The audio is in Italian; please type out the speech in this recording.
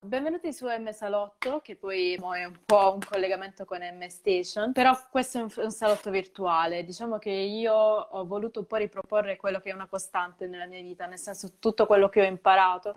Benvenuti su M Salotto, che poi è un po' un collegamento con M Station, però questo è un salotto virtuale. Diciamo che io ho voluto un po' riproporre quello che è una costante nella mia vita, nel senso tutto quello che ho imparato